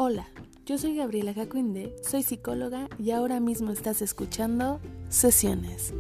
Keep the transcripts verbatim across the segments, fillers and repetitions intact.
Hola, yo soy Gabriela Jacunde, soy psicóloga y ahora mismo estás escuchando Sesiones.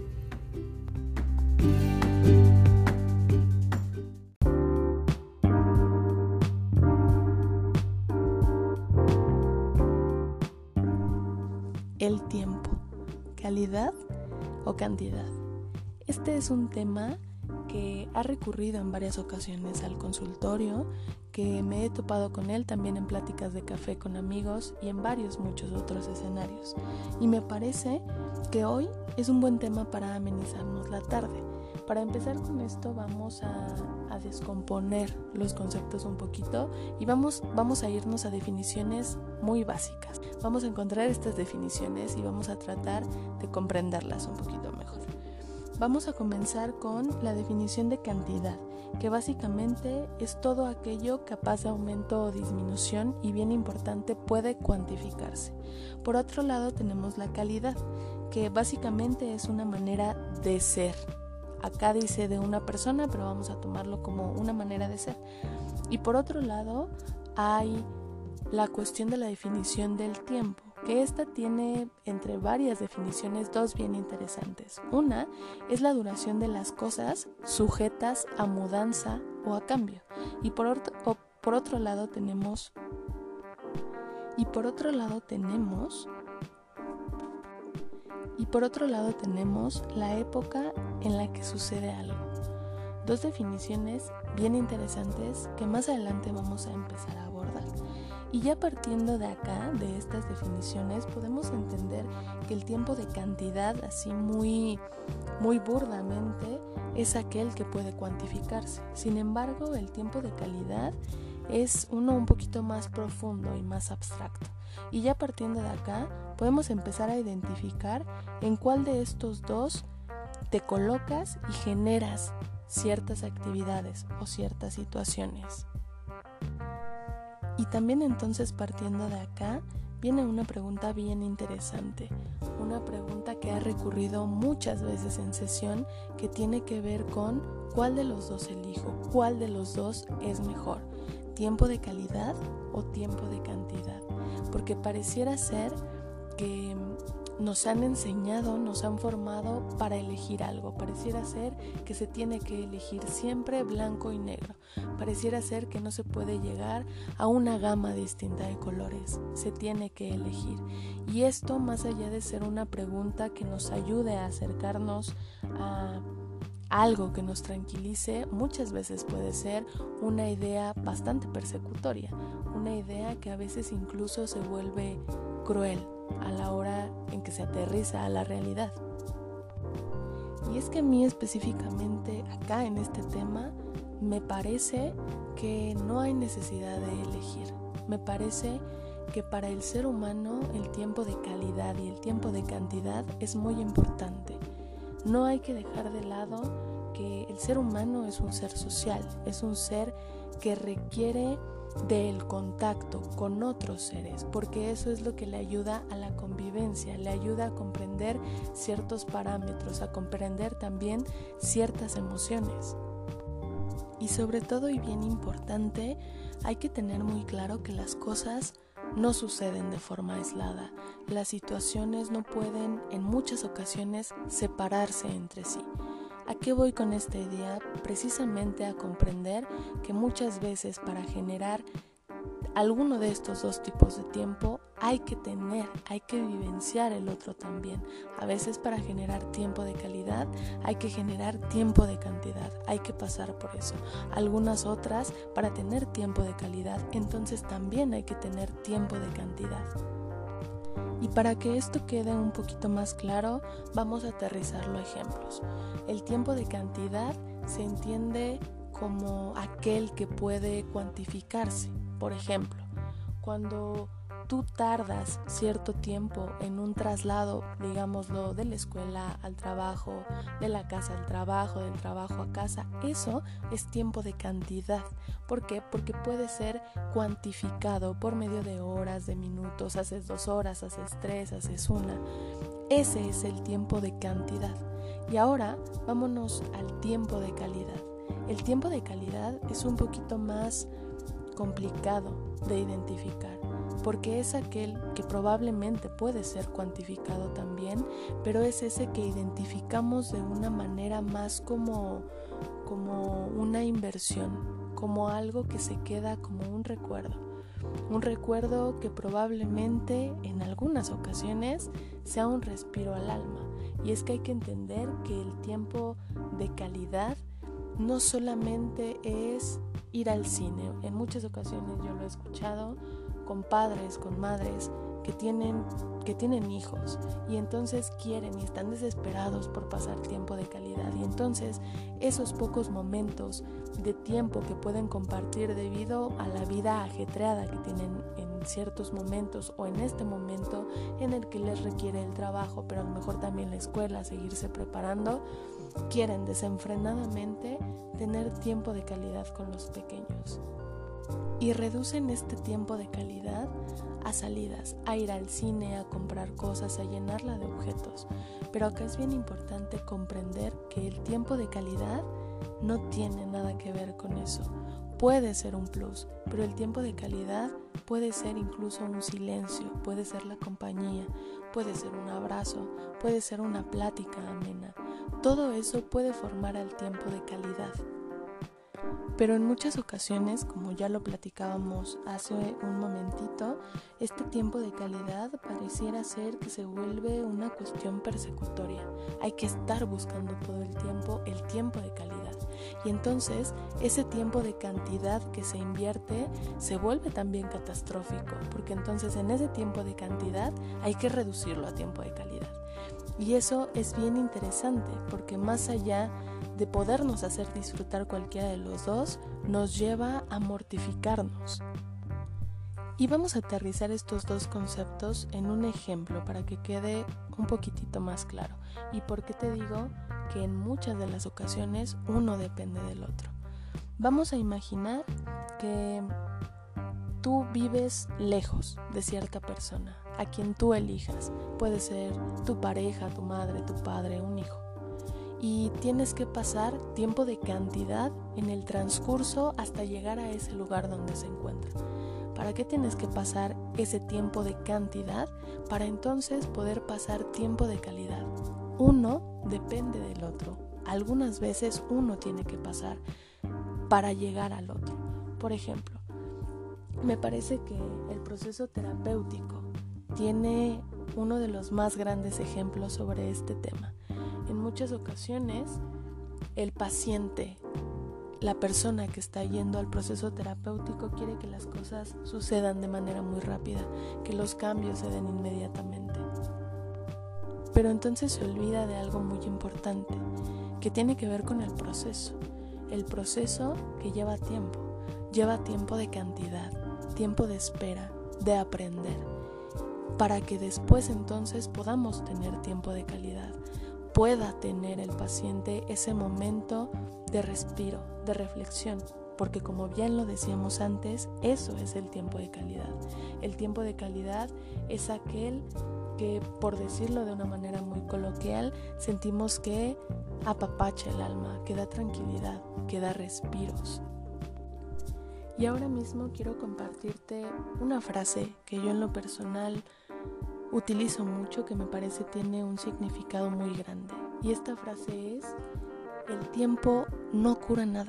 El tiempo, calidad o cantidad. Este es un tema que ha recurrido en varias ocasiones al consultorio, que me he topado con él también en pláticas de café con amigos y en varios muchos otros escenarios. Y me parece que hoy es un buen tema para amenizarnos la tarde. Para empezar con esto vamos a, a descomponer los conceptos un poquito y vamos, vamos a irnos a definiciones muy básicas. Vamos a encontrar estas definiciones y vamos a tratar de comprenderlas un poquito mejor. Vamos a comenzar con la definición de cantidad, que básicamente es todo aquello capaz de aumento o disminución y, bien importante, puede cuantificarse. Por otro lado tenemos la calidad, que básicamente es una manera de ser. Acá dice de una persona, pero vamos a tomarlo como una manera de ser. Y por otro lado hay la cuestión de la definición del tiempo, que esta tiene entre varias definiciones dos bien interesantes. Una es la duración de las cosas sujetas a mudanza o a cambio. Y por otro, o por otro lado tenemos y por otro lado tenemos y por otro lado tenemos la época en la que sucede algo. Dos definiciones bien interesantes que más adelante vamos a empezar a abordar. Y ya partiendo de acá, de estas definiciones, podemos entender que el tiempo de cantidad, así muy, muy burdamente, es aquel que puede cuantificarse. Sin embargo, el tiempo de calidad es uno un poquito más profundo y más abstracto. Y ya partiendo de acá, podemos empezar a identificar en cuál de estos dos te colocas y generas ciertas actividades o ciertas situaciones. Y también entonces, partiendo de acá, viene una pregunta bien interesante, una pregunta que ha recurrido muchas veces en sesión, que tiene que ver con cuál de los dos elijo, cuál de los dos es mejor, tiempo de calidad o tiempo de cantidad, porque pareciera ser que nos han enseñado, nos han formado para elegir algo. Pareciera ser que se tiene que elegir siempre blanco y negro. Pareciera ser que no se puede llegar a una gama distinta de colores. Se tiene que elegir. Y esto, más allá de ser una pregunta que nos ayude a acercarnos a algo que nos tranquilice, muchas veces puede ser una idea bastante persecutoria. Una idea que a veces incluso se vuelve cruel a la hora en que se aterriza a la realidad. Y es que a mí específicamente acá en este tema me parece que no hay necesidad de elegir. Me parece que para el ser humano el tiempo de calidad y el tiempo de cantidad es muy importante. No hay que dejar de lado que el ser humano es un ser social, es un ser que requiere del contacto con otros seres, porque eso es lo que le ayuda a la convivencia, le ayuda a comprender ciertos parámetros, a comprender también ciertas emociones. Y sobre todo, y bien importante, hay que tener muy claro que las cosas no suceden de forma aislada. Las situaciones no pueden en muchas ocasiones separarse entre sí. ¿A qué voy con esta idea? Precisamente a comprender que muchas veces para generar alguno de estos dos tipos de tiempo hay que tener, hay que vivenciar el otro también. A veces para generar tiempo de calidad hay que generar tiempo de cantidad, hay que pasar por eso. Algunas otras, para tener tiempo de calidad, entonces también hay que tener tiempo de cantidad. Y para que esto quede un poquito más claro, vamos a aterrizarlo a ejemplos. El tiempo de cantidad se entiende como aquel que puede cuantificarse. Por ejemplo, cuando tú tardas cierto tiempo en un traslado, digámoslo, de la escuela al trabajo, de la casa al trabajo, del trabajo a casa, eso es tiempo de cantidad. ¿Por qué? Porque puede ser cuantificado por medio de horas, de minutos, haces dos horas, haces tres, haces una. Ese es el tiempo de cantidad. Y ahora vámonos al tiempo de calidad. El tiempo de calidad es un poquito más complicado de identificar. porque es aquel que probablemente puede ser cuantificado también, pero es ese que identificamos de una manera más como, como una inversión, como algo que se queda como un recuerdo. Un recuerdo que probablemente en algunas ocasiones sea un respiro al alma. Y es que hay que entender que el tiempo de calidad no solamente es ir al cine. En muchas ocasiones yo lo he escuchado con padres, con madres que tienen, que tienen hijos y entonces quieren y están desesperados por pasar tiempo de calidad. Y entonces esos pocos momentos de tiempo que pueden compartir debido a la vida ajetreada que tienen en ciertos momentos o en este momento en el que les requiere el trabajo, pero a lo mejor también la escuela, seguirse preparando, quieren desenfrenadamente tener tiempo de calidad con los pequeños y reducen este tiempo de calidad a salidas, a ir al cine, a comprar cosas, a llenarla de objetos. Pero acá es bien importante comprender que el tiempo de calidad no tiene nada que ver con eso. Puede ser un plus, pero el tiempo de calidad puede ser incluso un silencio, puede ser la compañía, puede ser un abrazo, puede ser una plática amena. Todo eso puede formar al tiempo de calidad. Pero en muchas ocasiones, como ya lo platicábamos hace un momentito, este tiempo de calidad pareciera ser que se vuelve una cuestión persecutoria. Hay que estar buscando todo el tiempo el tiempo de calidad. Y entonces ese tiempo de cantidad que se invierte se vuelve también catastrófico, porque entonces en ese tiempo de cantidad hay que reducirlo a tiempo de calidad. Y eso es bien interesante, porque más allá de podernos hacer disfrutar cualquiera de los dos, nos lleva a mortificarnos. Y vamos a aterrizar estos dos conceptos en un ejemplo para que quede un poquitito más claro. ¿Y por qué te digo que en muchas de las ocasiones uno depende del otro? Vamos a imaginar que tú vives lejos de cierta persona, a quien tú elijas. Puede ser tu pareja, tu madre, tu padre, un hijo. Y tienes que pasar tiempo de cantidad en el transcurso hasta llegar a ese lugar donde se encuentra. ¿Para qué tienes que pasar ese tiempo de cantidad? Para entonces poder pasar tiempo de calidad. Uno depende del otro. Algunas veces uno tiene que pasar para llegar al otro. Por ejemplo, me parece que el proceso terapéutico tiene uno de los más grandes ejemplos sobre este tema. En muchas ocasiones, el paciente, la persona que está yendo al proceso terapéutico, quiere que las cosas sucedan de manera muy rápida, que los cambios se den inmediatamente. Pero entonces se olvida de algo muy importante, que tiene que ver con el proceso. El proceso que lleva tiempo, lleva tiempo de cantidad, tiempo de espera, de aprender, para que después entonces podamos tener tiempo de calidad. Pueda tener el paciente ese momento de respiro, de reflexión, porque como bien lo decíamos antes, eso es el tiempo de calidad. El tiempo de calidad es aquel que, por decirlo de una manera muy coloquial, sentimos que apapacha el alma, que da tranquilidad, que da respiros. Y ahora mismo quiero compartirte una frase que yo en lo personal utilizo mucho, que me parece tiene un significado muy grande. Y esta frase es: el tiempo no cura nada.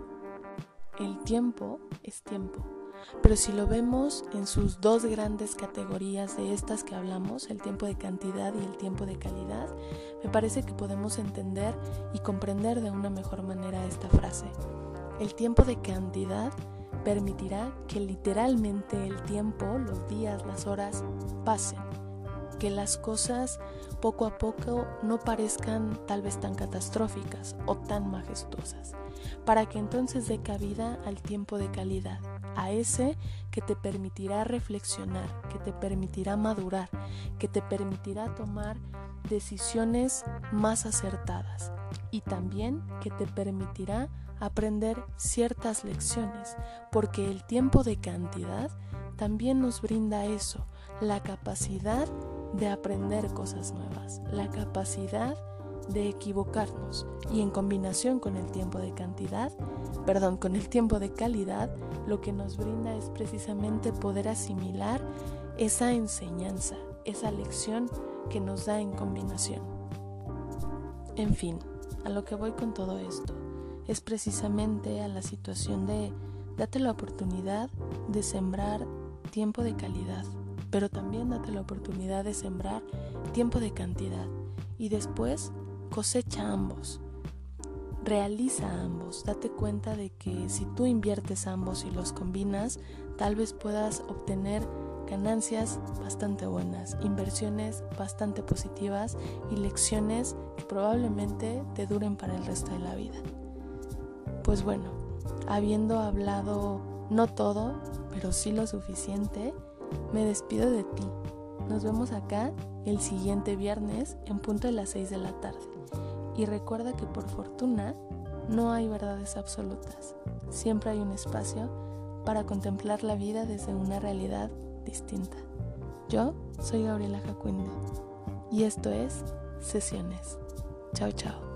El tiempo es tiempo. Pero si lo vemos en sus dos grandes categorías de estas que hablamos, el tiempo de cantidad y el tiempo de calidad, me parece que podemos entender y comprender de una mejor manera esta frase. El tiempo de cantidad permitirá que literalmente el tiempo, los días, las horas, pasen. Que las cosas poco a poco no parezcan tal vez tan catastróficas o tan majestuosas, para que entonces dé cabida al tiempo de calidad, a ese que te permitirá reflexionar, que te permitirá madurar, que te permitirá tomar decisiones más acertadas y también que te permitirá aprender ciertas lecciones, porque el tiempo de cantidad también nos brinda eso, la capacidad de aprender cosas nuevas, la capacidad de equivocarnos y en combinación con el tiempo de cantidad, perdón, con el tiempo de calidad, lo que nos brinda es precisamente poder asimilar esa enseñanza, esa lección que nos da en combinación. En fin, a lo que voy con todo esto es precisamente a la situación de date la oportunidad de sembrar tiempo de calidad, pero también date la oportunidad de sembrar tiempo de cantidad y después cosecha ambos. Realiza ambos, date cuenta de que si tú inviertes ambos y los combinas, tal vez puedas obtener ganancias bastante buenas, inversiones bastante positivas y lecciones que probablemente te duren para el resto de la vida. Pues bueno, habiendo hablado no todo, pero sí lo suficiente, me despido de ti. Nos vemos acá el siguiente viernes en punto de las seis de la tarde. Y recuerda que por fortuna no hay verdades absolutas. Siempre hay un espacio para contemplar la vida desde una realidad distinta. Yo soy Gabriela Jacunde y esto es Sesiones. Chao, chao.